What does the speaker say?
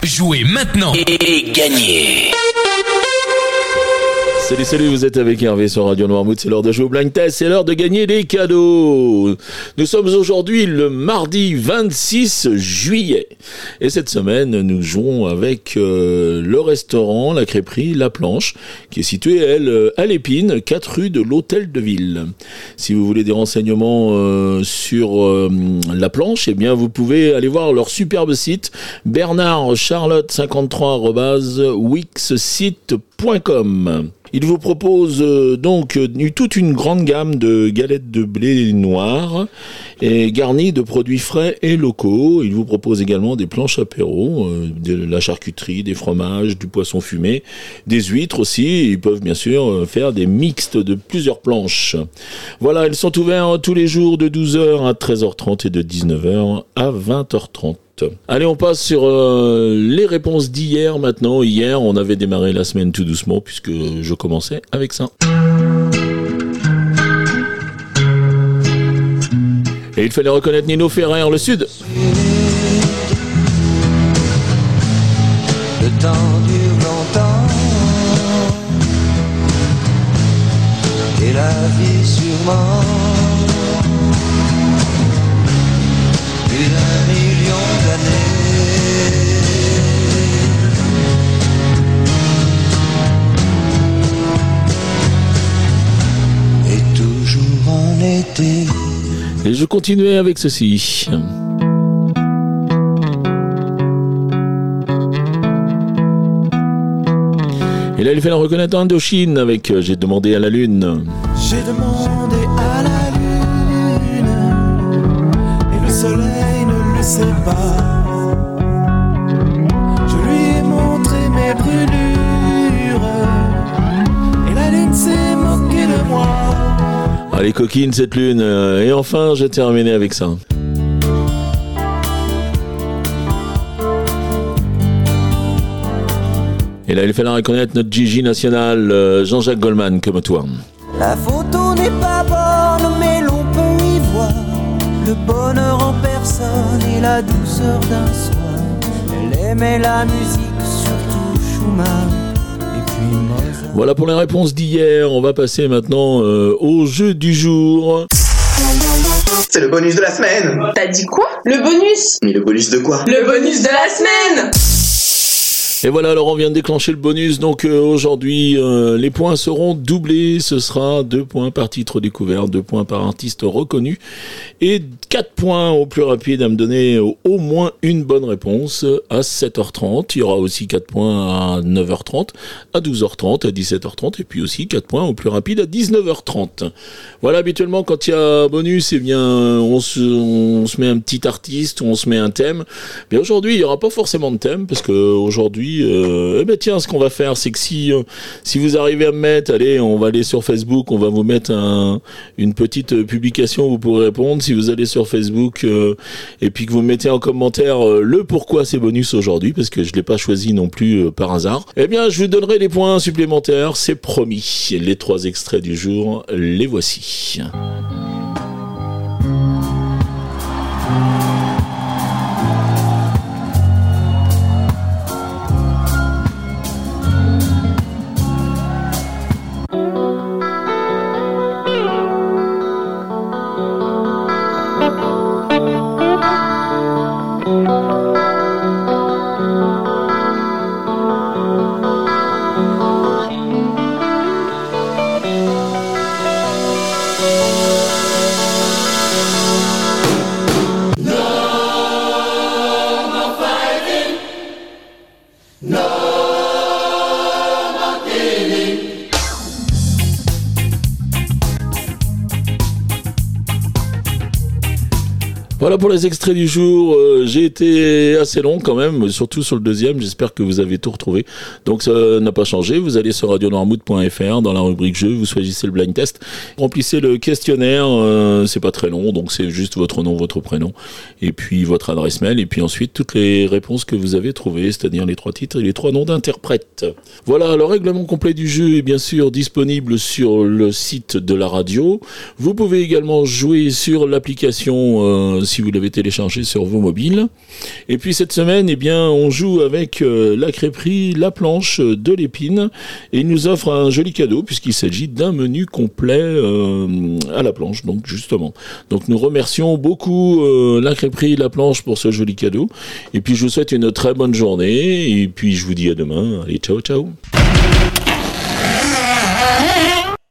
Jouez maintenant et gagnez. Salut, vous êtes avec Hervé sur Radio Noirmouth, c'est l'heure de jouer au blind test, c'est l'heure de gagner des cadeaux. Nous sommes aujourd'hui le mardi 26 juillet et cette semaine nous jouons avec le restaurant, la crêperie La Planche qui est située elle à l'Épine, 4 rue de l'Hôtel de Ville. Si vous voulez des renseignements sur La Planche, eh bien vous pouvez aller voir leur superbe site bernardcharlotte53@wixsite.com. Il vous propose donc toute une grande gamme de galettes de blé noir et garnies de produits frais et locaux. Il vous propose également des planches apéro, de la charcuterie, des fromages, du poisson fumé, des huîtres aussi. Ils peuvent bien sûr faire des mixtes de plusieurs planches. Voilà, ils sont ouverts tous les jours de 12h à 13h30 et de 19h à 20h30. Allez, on passe sur les réponses d'hier maintenant. Hier, on avait démarré la semaine tout doucement puisque je commençais avec ça. Et il fallait reconnaître Nino Ferrer, le Sud. Le temps dure longtemps et la vie sûrement plus d'un million d'années. Et toujours en été. Et je continuais avec ceci. Et là, il fallait reconnaître Indochine avec J'ai demandé à la lune. J'ai demandé à la lune et le soleil ne le sait pas. Je lui ai montré mes brûlures et la lune s'est moquée de moi. Allez, coquine cette lune. Et enfin, j'ai terminé avec ça. Et là, il fallait reconnaître notre Gigi national, Jean-Jacques Goldman, comme toi. La photo n'est pas bonne, mais l'on peut y voir le bonheur en personne et la douceur d'un soir. Elle aimait la musique, surtout Schumann, et puis Mozart. Voilà pour les réponses d'hier. On va passer maintenant au jeu du jour. C'est le bonus de la semaine. T'as dit quoi? Le bonus? Mais le bonus de quoi? Le bonus de la semaine! Et voilà, alors on vient de déclencher le bonus, donc aujourd'hui les points seront doublés, ce sera 2 points par titre découvert, 2 points par artiste reconnu et 4 points au plus rapide à me donner au moins une bonne réponse à 7h30, il y aura aussi 4 points à 9h30, à 12h30, à 17h30 et puis aussi 4 points au plus rapide à 19h30. Voilà, habituellement quand il y a bonus, eh bien on se met un petit artiste, on se met un thème. Mais aujourd'hui, il n'y aura pas forcément de thème parce que aujourd'hui tiens, ce qu'on va faire, c'est que si vous arrivez à me mettre, allez, on va aller sur Facebook, on va vous mettre une petite publication où vous pourrez répondre. Si vous allez sur Facebook et puis que vous mettez en commentaire le pourquoi c'est bonus aujourd'hui, parce que je l'ai pas choisi non plus par hasard, eh bien, je vous donnerai des points supplémentaires, c'est promis. Les 3 extraits du jour, les voici. Voilà pour les extraits du jour. J'ai été assez long quand même, surtout sur le deuxième. J'espère que vous avez tout retrouvé. Donc ça n'a pas changé. Vous allez sur radionoirmouth.fr dans la rubrique jeux, vous choisissez le blind test, remplissez le questionnaire. C'est pas très long, donc c'est juste votre nom, votre prénom, et puis votre adresse mail, et puis ensuite toutes les réponses que vous avez trouvées, c'est-à-dire les 3 titres et les 3 noms d'interprètes. Voilà, le règlement complet du jeu est bien sûr disponible sur le site de la radio. Vous pouvez également jouer sur l'application si si vous l'avez téléchargé sur vos mobiles. Et puis cette semaine, eh bien, on joue avec la crêperie La Planche de l'Épine et il nous offre un joli cadeau puisqu'il s'agit d'un menu complet à la planche, donc justement. Donc nous remercions beaucoup la crêperie La Planche pour ce joli cadeau. Et puis je vous souhaite une très bonne journée et puis je vous dis à demain. Allez, ciao, ciao.